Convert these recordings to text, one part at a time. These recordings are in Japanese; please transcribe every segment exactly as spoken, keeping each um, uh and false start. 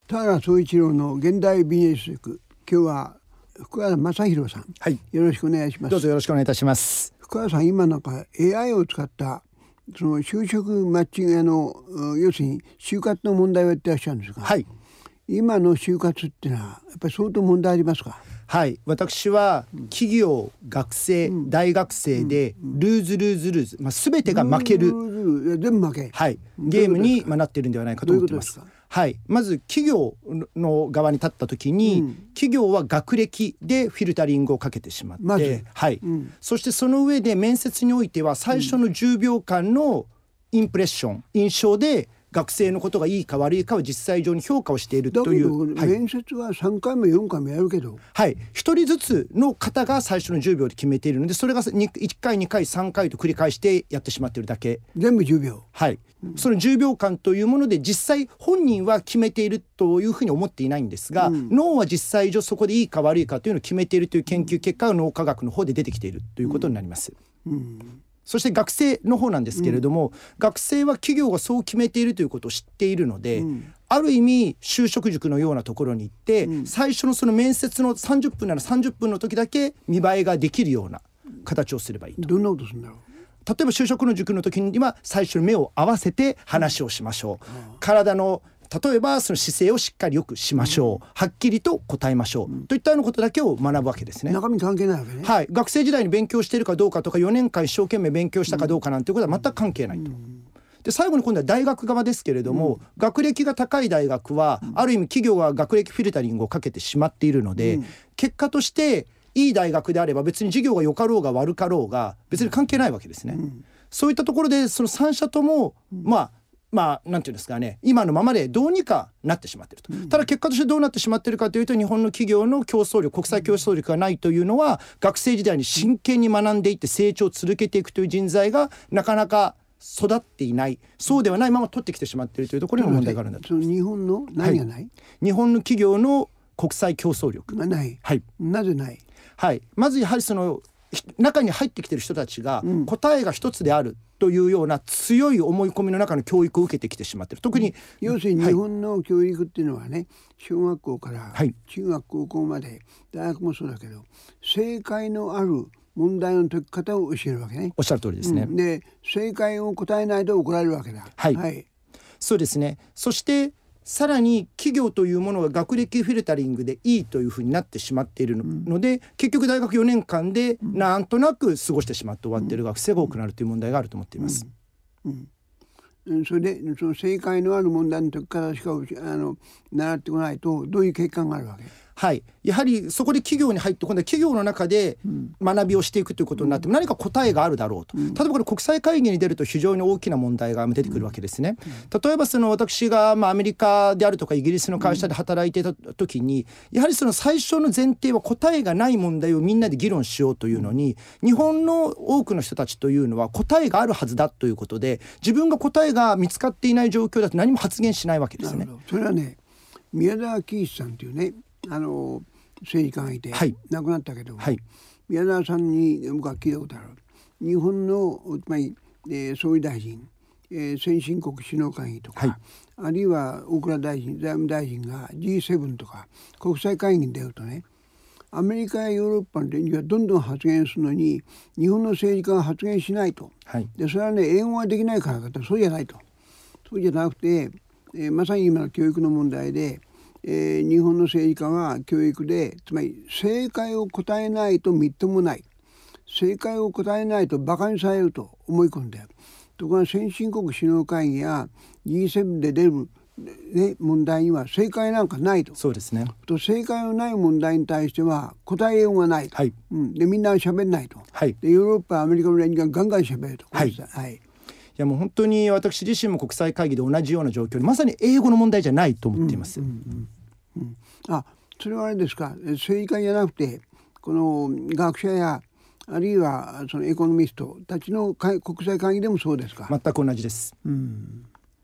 田原総一郎の現代ビジネス塾、今日は福原正弘さん、 はい、 よろしくお願いします。 どうぞよろしくお願いいたします。 福原さん、今なんか エーアイ を使ったその就職マッチングの要するに就活の問題をやってらっしゃるんですが、 はい、 今の就活っていうのはやっぱり相当問題ありますか？ はい、私は企業、学生、うん、大学生でルーズルーズルーズ、まあ、全てが負ける、 全部負け、 はい、ゲームになっているんではないかと思っています。はい、まず企業の側に立った時に、うん、企業は学歴でフィルタリングをかけてしまって、まず、はい、うん、そしてその上で面接においては最初のじゅうびょうかんのインプレッション、印象で学生のことがいいか悪いかを実際上に評価をしているという。 だけど、はい、面接はさんかいもよんかいもやるけど、 はい、ひとりずつの方が最初のじゅうびょうで決めているので、それがいっかいにかいさんかいと繰り返してやってしまっているだけ。 全部じゅうびょう、 はい、うん、そのじゅうびょうかんというもので実際本人は決めているというふうに思っていないんですが、うん、脳は実際上そこでいいか悪いかというのを決めているという研究結果が脳科学の方で出てきているということになります。うんうん、そして学生の方なんですけれども、うん、学生は企業がそう決めているということを知っているので、うん、ある意味就職塾のようなところに行って、うん、最初のその面接のさんじゅっぷんならさんじゅっぷんの時だけ見栄えができるような形をすればいいと。 どんなことするんだろう。 例えば就職の塾の時には最初に目を合わせて話をしましょう、うん、体の例えばその姿勢をしっかりよくしましょう、うん、はっきりと答えましょう、うん、といったようなことだけを学ぶわけですね。 中身関係ないわけね。 はい、学生時代に勉強しているかどうかとかよねんかん一生懸命勉強したかどうかなんていうことは全く関係ないと、うん、で最後に今度は大学側ですけれども、うん、学歴が高い大学は、うん、ある意味企業が学歴フィルタリングをかけてしまっているので、うん、結果としていい大学であれば別に授業が良かろうが悪かろうが別に関係ないわけですね、うん、そういったところでそのさん社とも、うん、まあまあなんていうんですかね、今のままでどうにかなってしまっていると、うん、ただ結果としてどうなってしまっているかというと、日本の企業の競争力、国際競争力がないというのは、学生時代に真剣に学んでいって成長を続けていくという人材がなかなか育っていない、そうではないまま取ってきてしまっているというところにも問題があるんだと。 その日本の何がない、はい、 日本の企業の国際競争力がない、 はい、 なぜない、 はい、まずやはりその中に入ってきている人たちが答えが一つであるというような強い思い込みの中の教育を受けてきてしまっている。特に要するに日本の教育っていうのはね、はい、小学校から中学高校まで、大学もそうだけど正解のある問題の解き方を教えるわけね。 おっしゃる通りですね、 うん、で正解を答えないと怒られるわけだ。 はい、はい、そうですね。そしてさらに企業というものが学歴フィルタリングでいいというふうになってしまっているので、うん、結局大学よねんかんでなんとなく過ごしてしまって終わっている学生が多くなるという問題があると思っています。 うんうん、それでその正解のある問題の時からしかあの習ってこないとどういう結果があるわけ？ はい、やはりそこで企業に入って今度は企業の中で学びをしていくということになって、うん、何か答えがあるだろうと、うん、例えばこれ国際会議に出ると非常に大きな問題が出てくるわけですね、うん、例えばその私がまあアメリカであるとかイギリスの会社で働いていた時に、やはりその最初の前提は答えがない問題をみんなで議論しようというのに、日本の多くの人たちというのは答えがあるはずだということで、自分が答えが見つかっていない状況だと何も発言しないわけですね。 それはね、宮沢喜一さんというね、あの政治家がいて、はい、亡くなったけど、はい、宮沢さんに僕は聞いたことある。日本のつまり、えー、総理大臣、えー、先進国首脳会議とか、はい、あるいは大蔵大臣、財務大臣が ジーセブン とか国際会議に出るとね、アメリカやヨーロッパの連中がどんどん発言するのに日本の政治家が発言しないと、はい、でそれはね英語ができないからかと、そうじゃないと。そうじゃなくて、えー、まさに今の教育の問題で、えー、日本の政治家は教育でつまり正解を答えないとみっともない、正解を答えないとバカにされると思い込んである。ところが先進国首脳会議や ジーセブン で出る、ね、問題には正解なんかないと。 そうですね。 と正解のない問題に対しては答えようがないと、はい、うん、でみんな喋んないと、はい、でヨーロッパアメリカの連中がガンガン喋ると、 はいはい、いやもう本当に私自身も国際会議で同じような状況で、まさに英語の問題じゃないと思っています、うんうんうんうん、あ、それはあれですか、政治家じゃなくてこの学者やあるいはそのエコノミストたちの国際会議でもそうですか？ 全く同じです、うん、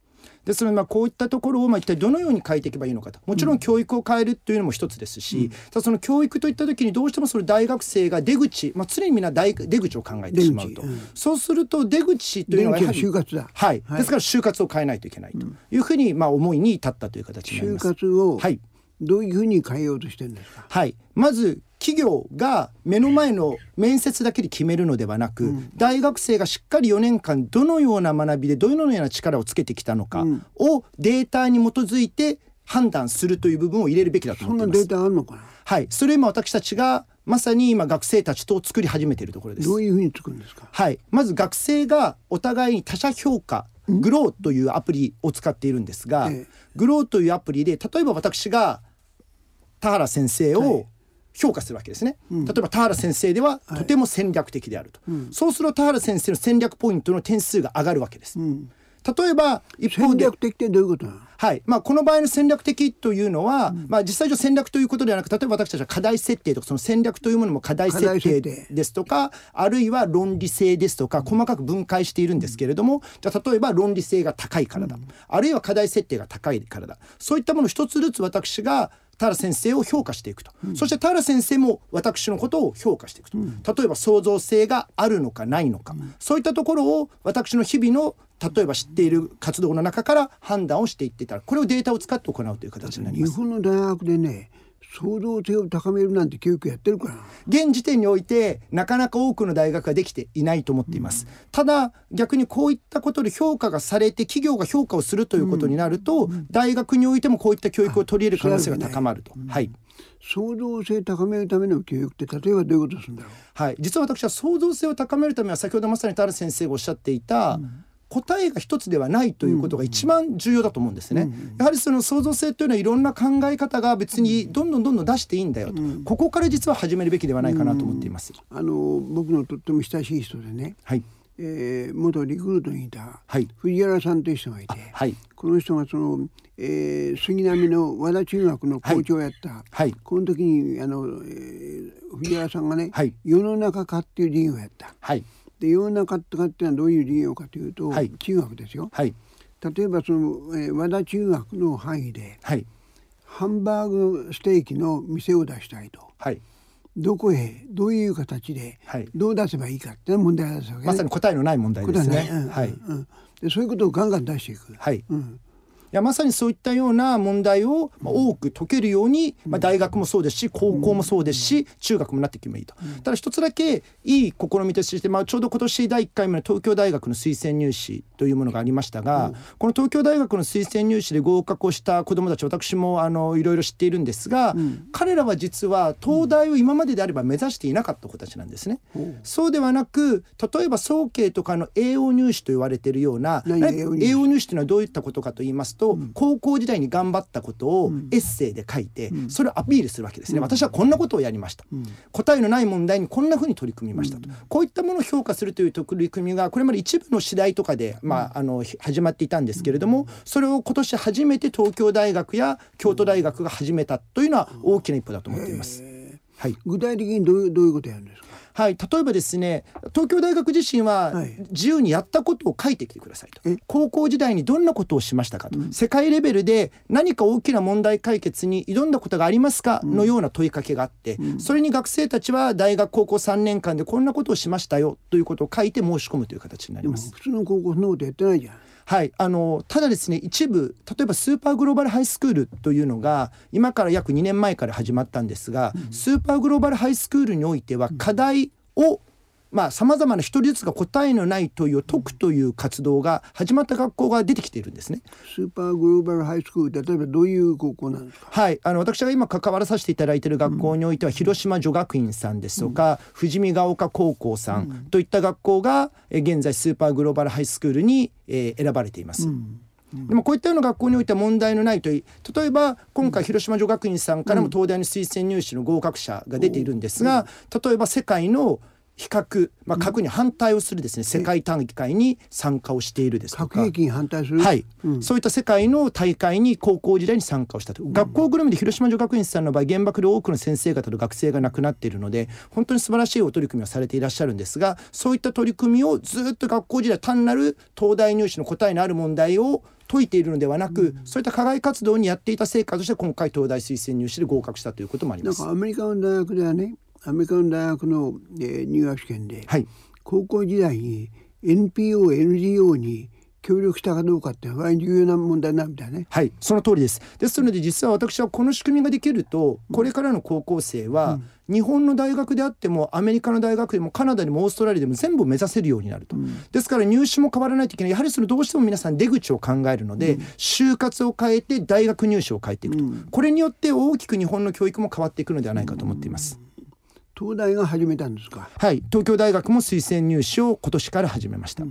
ですのでまあこういったところをまあ一体どのように変えていけばいいのかと、もちろん教育を変えるというのも一つですし、うん、ただその教育といった時にどうしてもその大学生が出口、まあ、常にみんな大出口を考えてしまうと、うん、そうすると出口というのはやはり就活だ、 はい、はい、ですから就活を変えないといけないというふうにまあ思いに至ったという形になります。 就活をどういうふうに変えようとしてるんですか。 はい、まず企業が目の前の面接だけで決めるのではなく、うん、大学生がしっかりよねんかんどのような学びでどのような力をつけてきたのかをデータに基づいて判断するという部分を入れるべきだと思っています。 そんなデータあるのかな。 はい、それを今私たちがまさに今学生たちと作り始めているところです。 どういうふうに作るんですか。 はい、まず学生がお互いに他者評価、グローというアプリを使っているんですが、ええ、グローというアプリで例えば私が田原先生を評価するわけですね、はい、例えば田原先生ではとても戦略的であると、はい、そうすると田原先生の戦略ポイントの点数が上がるわけです、うん、例えば一方で戦略的ってどういうことなの。 はい、まあ、この場合の戦略的というのは、うんまあ、実際上戦略ということではなく、例えば私たちは課題設定とかその戦略というものも課題設定ですとか、あるいは論理性ですとか細かく分解しているんですけれども、うん、じゃあ例えば論理性が高いからだ、うん、あるいは課題設定が高いからだ、そういったものを一つずつ私が田原先生を評価していくと、うん、そして田原先生も私のことを評価していくと、うん、例えば創造性があるのかないのか、うん、そういったところを私の日々の例えば知っている活動の中から判断をしていっていたら、これをデータを使って行うという形になります。 日本の大学でね、創造性を高めるなんて教育やってるかな。 現時点においてなかなか多くの大学ができていないと思っています、うん、ただ逆にこういったことで評価がされて企業が評価をするということになると、うん、大学においてもこういった教育を取り入れる可能性が高まると、ね、はい、 創造性高めるための教育って例えばどういうことするんだろう。 はい、実は私は創造性を高めるためは先ほどまさに田原先生がおっしゃっていた、うん答えが一つではないということが一番重要だと思うんですね、うんうん、やはりその創造性というのはいろんな考え方が別にどんどんどんどん出していいんだよと、うん、ここから実は始めるべきではないかなと思っています、 うん、あの僕のとっても親しい人でね、はいえー、元リクルートにいた藤原さんという人がいて、はい、この人がその、えー、杉並の和田中学の校長をやった、はい、この時にあの、えー、藤原さんがね、はい、世の中化っていう事業をやった、はいで世の中とかってのはどういう事業かというと、はい、中学ですよ、はい、例えばその、えー、和田中学の範囲で、はい、ハンバーグステーキの店を出したいと、はい、どこへどういう形で、はい、どう出せばいいかっていう問題ですわけ、ね、 まさに答えのない問題ですね、 うんはいうん、でそういうことをガンガン出していく、はいうんいやまさにそういったような問題を多く解けるように、まあ、大学もそうですし高校もそうですし中学もなっていけばいいと。ただ一つだけいい試みとして、まあ、ちょうど今年だいいっかいめの東京大学の推薦入試というものがありましたが、この東京大学の推薦入試で合格をした子どもたち、私もあのいろいろ知っているんですが、彼らは実は東大を今までであれば目指していなかった子たちなんですね。そうではなく、例えば早慶とかの栄養入試と言われているような、栄養入試というのはどういったことかと言いますと、うん、高校時代に頑張ったことをエッセイで書いて、うん、それをアピールするわけですね、うん、私はこんなことをやりました、うん、答えのない問題にこんなふうに取り組みましたと、うん、こういったものを評価するという取り組みがこれまで一部の次第とかで、まあ、あの始まっていたんですけれども、それを今年初めて東京大学や京都大学が始めたというのは大きな一歩だと思っています、 はい、具体的にどういう、どういうことやるんですか。 はい、例えばですね、東京大学自身は自由にやったことを書いてきてくださいと、はい、高校時代にどんなことをしましたかと、うん、世界レベルで何か大きな問題解決に挑んだことがありますか、うん、のような問いかけがあって、うん、それに学生たちは大学高校さんねんかんでこんなことをしましたよということを書いて申し込むという形になります。 普通の高校そんなことやってないじゃん。 はい、あのただですね、一部例えばスーパーグローバルハイスクールというのが今から約にねんまえから始まったんですが、うん、スーパーグローバルハイスクールにおいては課題をまあ、様々な一人ずつが答えのない問いを解くという活動が始まった学校が出てきているんですね。 スーパーグローバルハイスクール、例えばどういう高校なんですか。 はい、あの私が今関わらさせていただいている学校においては、うん、広島女学院さんですとか、うん、富士見ヶ丘高校さんといった学校が現在スーパーグローバルハイスクールに、えー、選ばれています、うんでもこういったような学校においては問題のないといい、例えば今回広島女学院さんからも東大の推薦入試の合格者が出ているんですが、例えば世界の比較、まあ、核に反対をするですね、世界大会に参加をしているですとか、 核兵器に反対する、 はい、うん、そういった世界の大会に高校時代に参加をしたと、うん、学校ぐるみで広島女学院さんの場合、原爆で多くの先生方と学生が亡くなっているので本当に素晴らしいお取り組みをされていらっしゃるんですが、そういった取り組みをずっと学校時代単なる東大入試の答えのある問題を解いているのではなく、うん、そういった課外活動にやっていた成果として今回東大推薦入試で合格したということもあります。 なんかアメリカの大学ではね、アメリカの大学の、えー、入学試験で、はい、高校時代に エヌピーオー、エヌジーオー に協力したかどうかって非常に重要な問題になるみたいね。 はい、その通りです。ですので実は私はこの仕組みができると、これからの高校生は、うん、日本の大学であってもアメリカの大学でもカナダでもオーストラリアでも全部目指せるようになると、うん、ですから入試も変わらないといけない。やはりそのどうしても皆さん出口を考えるので、うん、就活を変えて大学入試を変えていくと、うん、これによって大きく日本の教育も変わっていくのではないかと思っています。 うん、東大が始めたんですか？ はい、東京大学も推薦入試を今年から始めました。うん、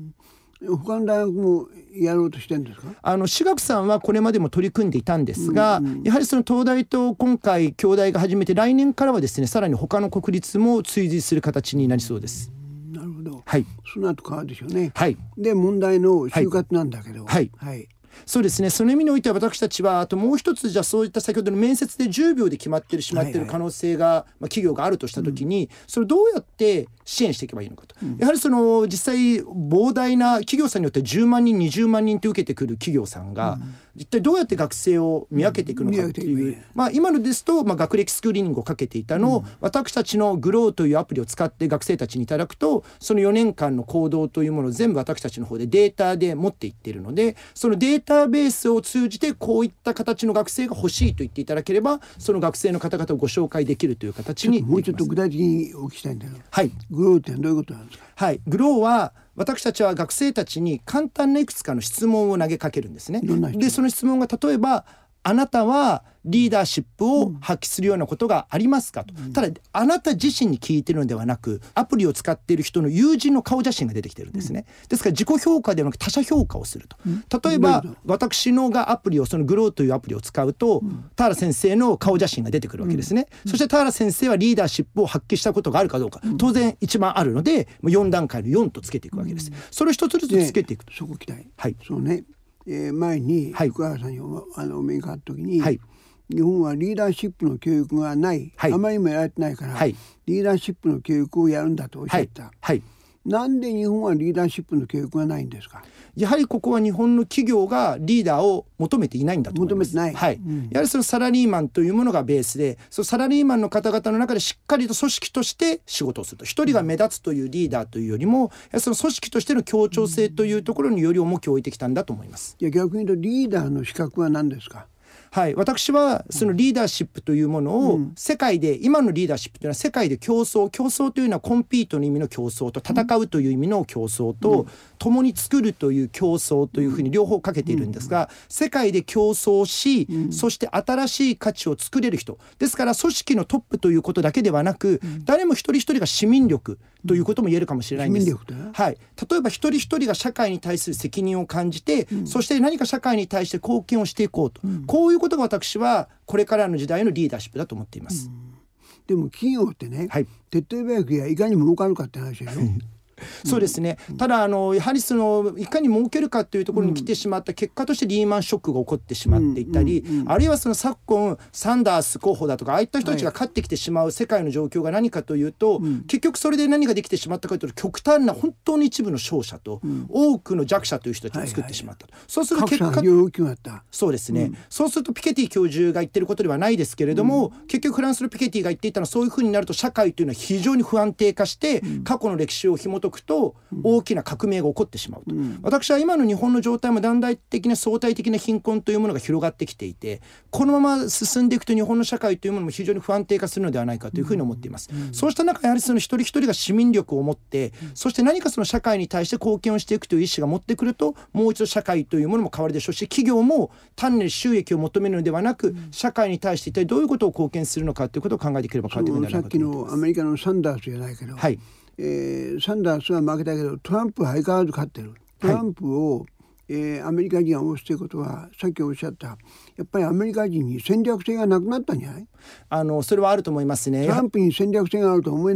他の大学もやろうとしてるんですか？ あの私学さんはこれまでも取り組んでいたんですが、うんうん、やはりその東大と今回京大が始めて、来年からはですねさらに他の国立も追随する形になりそうです。 なるほど、 はい、 その後変わるでしょうね。 はい、 で問題の就活なんだけど、 はいはいはい、そうですね。その意味においては私たちはあともう一つ、じゃあそういった先ほどの面接でじゅうびょうで決まってしまっている可能性が、はいはい、まあ、企業があるとしたときに、うん、それをどうやって支援していけばいいのかと、うん、やはりその実際膨大な企業さんによってじゅうまんにんにじゅうまんにんと受けてくる企業さんが、うん、一体どうやって学生を見分けていくのかっていう、うん、まあ、今のですと、まあ、学歴スクリーニングをかけていたのを、うん、私たちのグローというアプリを使って学生たちにいただくと、そのよねんかんの行動というものを全部私たちの方でデータで持っていっているので、そのデータベースを通じてこういった形の学生が欲しいと言っていただければ、その学生の方々をご紹介できるという形にできます。 もうちょっと具体的にお聞きしたいんだけど、 はい、 グローってどういうことなんですか？ はい、グローは私たちは学生たちに簡単ないくつかの質問を投げかけるんですね。でその質問が例えば、あなたはリーダーシップを発揮するようなことがありますかと、うん、ただあなた自身に聞いてるのではなく、アプリを使っている人の友人の顔写真が出てきてるんですね、うん、ですから自己評価ではなく他者評価をすると、うん、例えば私のがアプリをそのグローというアプリを使うと、うん、田原先生の顔写真が出てくるわけですね、うん、そして田原先生はリーダーシップを発揮したことがあるかどうか、うん、当然一番あるのでよんだんかいのよんとつけていくわけです、うん、それを一つずつつけていくと、 そこ期待、 はい、 そうね、えー、前に福原さんに お,、あのお目にかかった時に、はい、日本はリーダーシップの教育がない、はい、あまりにもやられてないから、はい、リーダーシップの教育をやるんだとおっしゃった、はいはい、なんで日本はリーダーシップの教育がないんですか？ やはりここは日本の企業がリーダーを求めていないんだと思います。 求めてない、 はい、うん、やはりそのサラリーマンというものがベースで、そのサラリーマンの方々の中でしっかりと組織として仕事をすると、一人が目立つというリーダーというよりも、その組織としての協調性というところにより重きを置いてきたんだと思います。 いや、逆に言うとリーダーの資格は何ですか？ はい、私はそのリーダーシップというものを世界で、今のリーダーシップというのは世界で競争競争というのはコンピートの意味の競争と戦うという意味の競争と、共に作るという競争というふうに両方かけているんですが、世界で競争し、そして新しい価値を作れる人ですから、組織のトップということだけではなく、誰も一人一人が市民力ということも言えるかもしれないんです。はい、例えば一人一人が社会に対する責任を感じて、そして何か社会に対して貢献をしていこうと、こういうことが私はこれからの時代のリーダーシップだと思っています。うん、 でも企業ってね、はい、手っ取り早くやいかに儲かるかって話でしょ。 そうですね、うん、ただあのやはりそのいかに儲けるかというところに来てしまった結果としてリーマンショックが起こってしまっていたり、うんうんうん、あるいはその昨今サンダース候補だとかああいった人たちが勝ってきてしまう世界の状況が何かというと、はい、結局それで何ができてしまったかというと、極端な本当に一部の勝者と、うん、多くの弱者という人たちを作ってしまったと、はいはい、そうすると結果そうですね、うん、そうするとピケティ教授が言ってることではないですけれども、うん、結局フランスのピケティが言っていたのは、そういうふうになると社会というのは非常に不安定化して、うん、過去の歴史を紐解くと、うん大きな革命が起こってしまうと、うん、私は今の日本の状態も断代的な相対的な貧困というものが広がってきていて、このまま進んでいくと日本の社会というものも非常に不安定化するのではないかというふうに思っています、うんうん、そうした中やはりその一人一人が市民力を持って、うん、そして何かその社会に対して貢献をしていくという意思が持ってくると、もう一度社会というものも変わるでしょうし、企業も単なる収益を求めるのではなく、うん、社会に対して一体どういうことを貢献するのかということを考えていければ変わってくるんじゃないかと思っています。 さっきのアメリカのサンダースじゃないけど、はいえー、サンダースは負けたけどトランプは相変わらず勝ってる。トランプを、はいえー、アメリカ人が推すということは、さっきおっしゃったやっぱりアメリカ人に戦略性がなくなったんじゃない？ あのそれはあると思いますね。 トランプに戦略性があるとは思えないもん。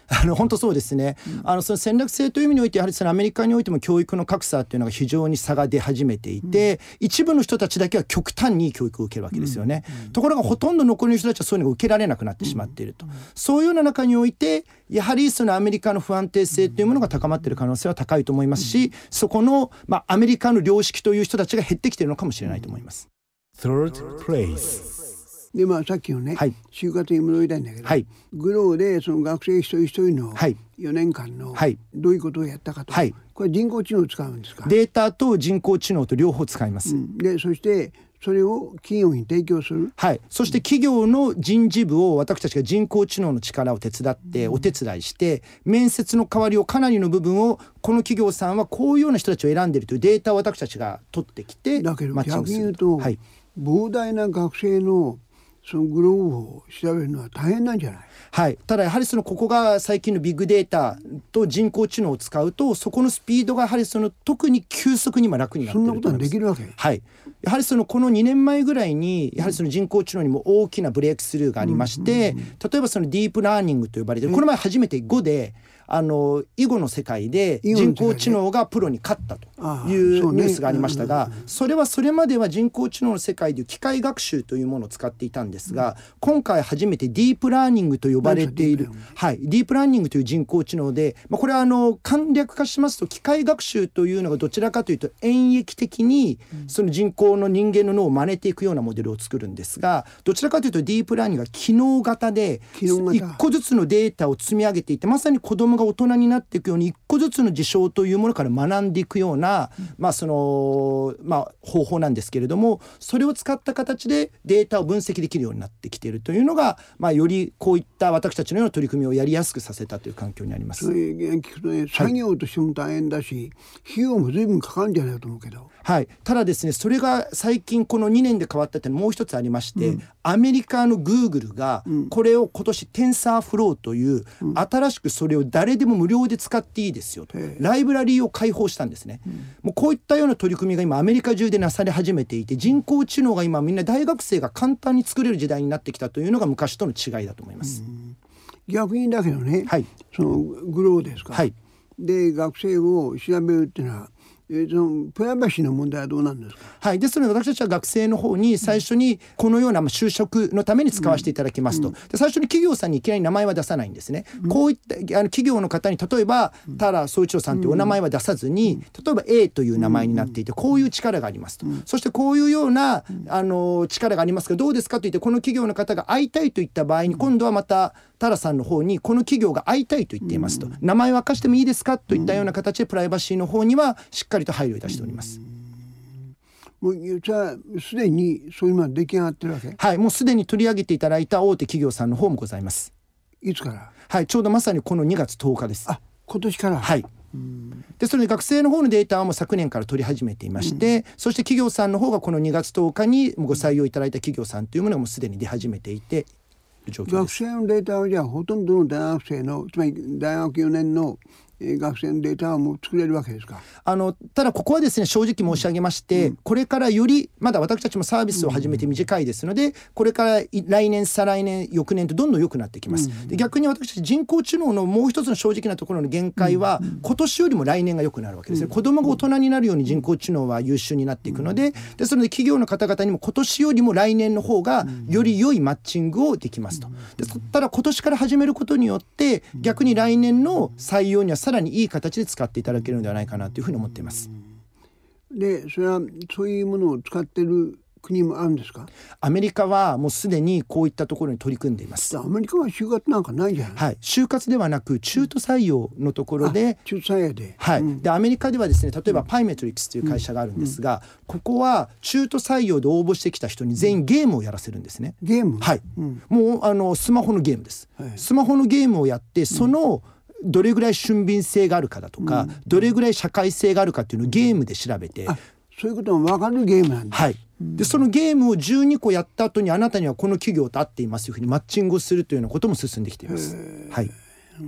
あの本当そうですね、うん、あのその戦略性という意味においてやはりそのアメリカにおいても教育の格差というのが非常に差が出始めていて、うん、一部の人たちだけは極端に教育を受けるわけですよね、うんうん、ところがほとんど残りの人たちはそういうのが受けられなくなってしまっていると、うんうん、そういうような中においてやはりそのアメリカの不安定性というものが高まっている可能性は高いと思いますし、うん、そこの、まあ、アメリカの良識という人たちが減ってきているのかもしれないと思います。 Third place でまあ、さっきのね、 はい、 就活に戻りたいんだけど、 はい、 グローでその学生一人一人のよねんかんのどういうことをやったかと、はい、これ人工知能を使うんですか？ データと人工知能と両方使います、 うん、でそしてそれを企業に提供する、 はい、そして企業の人事部を私たちが人工知能の力を手伝ってお手伝いして、うん、面接の代わりをかなりの部分をこの企業さんはこういうような人たちを選んでいるというデータを私たちが取ってきてだけどマッチングする。 逆に言うと、 はい、 膨大な学生のそのグローブを調べるのは大変なんじゃない？ はい、ただやはりそのここが最近のビッグデータと人工知能を使うとそこのスピードがやはりその特に急速に今楽になっていると思います。 そんなことができるわけ？ はい、やはりそのこのにねんまえぐらいにやはりその人工知能にも大きなブレイクスルーがありまして、うんうんうん、例えばそのディープラーニングと呼ばれているこの前初めて語であの囲碁の世界で人工知能がプロに勝ったというニュースがありましたが、それはそれまでは人工知能の世界で機械学習というものを使っていたんですが、今回初めてディープラーニングと呼ばれている、はい、ディープラーニングという人工知能で、まあ、これはあの簡略化しますと機械学習というのがどちらかというと演繹的にその人工の人間の脳を真似ていくようなモデルを作るんですが、どちらかというとディープラーニングが機能型で一個ずつのデータを積み上げていって、まさに子供が大人になっていくように一個ずつの事象というものから学んでいくような、うん、まあそのまあ、方法なんですけれども、それを使った形でデータを分析できるようになってきているというのが、まあ、よりこういった私たちのような取り組みをやりやすくさせたという環境にあります。 それ聞くとね、作業としても大変だし、はい、費用も随分かかるんじゃないかと思うけど、 はい、ただですね、それが最近このにねんで変わったってもう一つありまして、うん、アメリカのグーグルがこれを今年テンサーフローという、うん、新しくそれを誰でも無料で使っていいですよと、ライブラリーを開放したんですね、うん、もうこういったような取り組みが今アメリカ中でなされ始めていて、人工知能が今みんな大学生が簡単に作れる時代になってきたというのが昔との違いだと思います。うん、 逆にだけどね、 はい、 そのグローですか、 はい、 で学生を調べるっていうのはえー、そのプライバシーの問題はどうなんですか？ はい、ですので私たちは学生の方に最初にこのような就職のために使わせていただきますと、うん、で最初に企業さんにいきなり名前は出さないんですね、うん、こういったあの企業の方に例えば田原総一郎さんというお名前は出さずに、うん、例えば A という名前になっていてこういう力がありますと、うん、そしてこういうようなあの力がありますがどうですかと言ってこの企業の方が会いたいといった場合に今度はまた田原さんの方にこの企業が会いたいと言っていますと、うん、名前を明かしてもいいですかといったような形でプライバシーの方にはしっかりと配慮いたしております。 もうじゃあすでにそういうのは出来上がってるわけ？ はい、もうすでに取り上げていただいた大手企業さんの方もございます。 いつから？ はい、ちょうどまさにこのにがつとおかです。 あ、今年から？ はい。うんでそれで学生の方のデータはもう昨年から取り始めていまして、うん、そして企業さんの方がこのにがつとおかにご採用いただいた企業さんというものがもうすでに出始めていて学生のデータはじゃあほとんどの大学生のつまり大学よねんの学生のデータはもう作れるわけですか？ あのただここはですね正直申し上げまして、うん、これからよりまだ私たちもサービスを始めて短いですので、うん、これから来年再来年翌年とどんどん良くなってきます、うん、で逆に私たち人工知能のもう一つの正直なところの限界は、うん、今年よりも来年が良くなるわけですね、うん、子供が大人になるように人工知能は優秀になっていくので、でそれで企業の方々にも今年よりも来年の方がより良いマッチングをできますと。でただ今年から始めることによって逆に来年の採用にはさらにいい形で使っていただけるのではないかなというふうに思っています。 でそれはそういうものを使っている国もあるんですか？ アメリカはもうすでにこういったところに取り組んでいます。 アメリカは就活なんかないじゃない？ はい、就活ではなく中途採用のところで、 中途採用で、 はい、うん、でアメリカではですね例えばパイメトリックスという会社があるんですが、うんうん、ここは中途採用で応募してきた人に全員ゲームをやらせるんですね。 ゲーム？ はい、うん、もうあのスマホのゲームです、はい、スマホのゲームをやってその、うんどれぐらい俊敏性があるかだとか、うん、どれぐらい社会性があるかっていうのをゲームで調べて、 あ、そういうことも分かるゲームなんだ。 はい、でそのゲームをじゅうにこやった後にあなたにはこの企業と合っていますというふうにマッチングをするというようなことも進んできています。はい、 うん、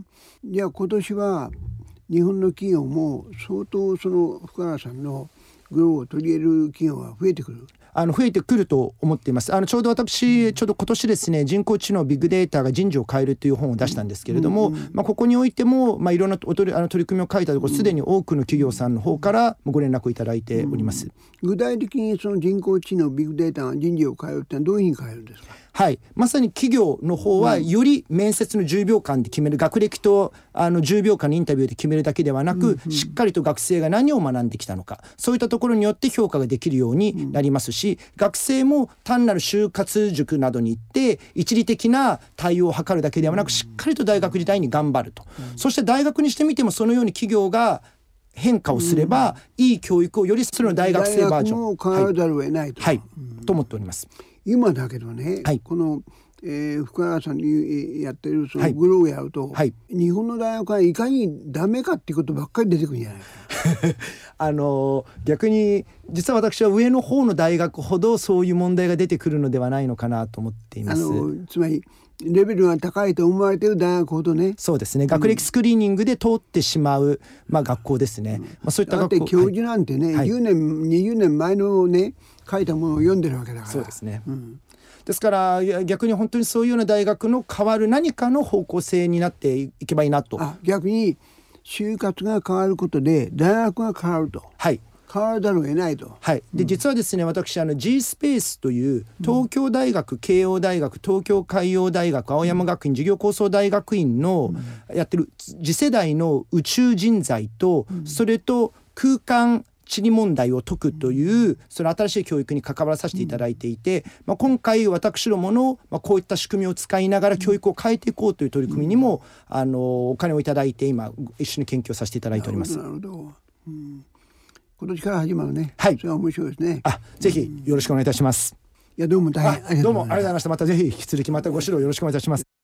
じゃあ今年は日本の企業も相当その福原さんのグローを取り入れる企業が増えてくる。 あの増えてくると思っています。あのちょうど私ちょうど今年ですね、人工知能ビッグデータが人事を変えるという本を出したんですけれども、うんうん、まあ、ここにおいても、まあ、いろんなおとりあの取り組みを書いたところ、すでに多くの企業さんの方からご連絡いただいております。 うん、具体的にその人工知能ビッグデータが人事を変えるってのはどういうふうに変えるんですか？ はい、まさに企業の方はより面接のじゅうびょうかんで決める、学歴とあのじゅうびょうかんのインタビューで決めるだけではなく、うんうん、しっかりと学生が何を学んできたのか、そういったところによって評価ができるようになりますし、うん、学生も単なる就活塾などに行って一時的な対応を図るだけではなく、しっかりと大学時代に頑張ると、うん、そして大学にしてみてもそのように企業が変化をすれば、うん、いい教育をよりするの大学生バージョン、 大学も変わらざるを得ないと、 はいはい、うん、と思っております。 今だけどね、はい、この、えー、福原さんにやってるそのグローをやると、はい、日本の大学はいかにダメかっていうことばっかり出てくるんじゃないかあの逆に実は私は上の方の大学ほどそういう問題が出てくるのではないのかなと思っています。 あのつまりレベルが高いと思われている大学ほどね。 そうですね、学歴スクリーニングで通ってしまう、まあ、学校ですね、うん、まあ、そういった学校だって教授なんてね、はい、じゅうねんにじゅうねんまえのね書いたものを読んでるわけだから。 そうですね、うん、ですから逆に本当にそういうような大学の変わる何かの方向性になっていけばいいなと。 あ、逆に就活が変わることで大学が変わると、 はい、 変わらざるを得ないと、 はい、で、うん、実はですね、私あの G スペースという東京大学、うん、慶応大学、東京海洋大学、青山学院事業構想大学院のやってる次世代の宇宙人材と、うん、それと空間地理問題を解くというその新しい教育に関わらさせていただいていて、まあ、今回私どもの、まあ、こういった仕組みを使いながら教育を変えていこうという取り組みにも、あのお金をいただいて今一緒に研究をさせていただいております。 なるほど、なるほど、うん、今年から始まるね。 はい、 それは面白いですね。 あ、ぜひよろしくお願いいたします。 いや、どうも大変ありがとうございました。 どうもありがとうございました。またぜひ引き続きまたご指導よろしくお願いいたします。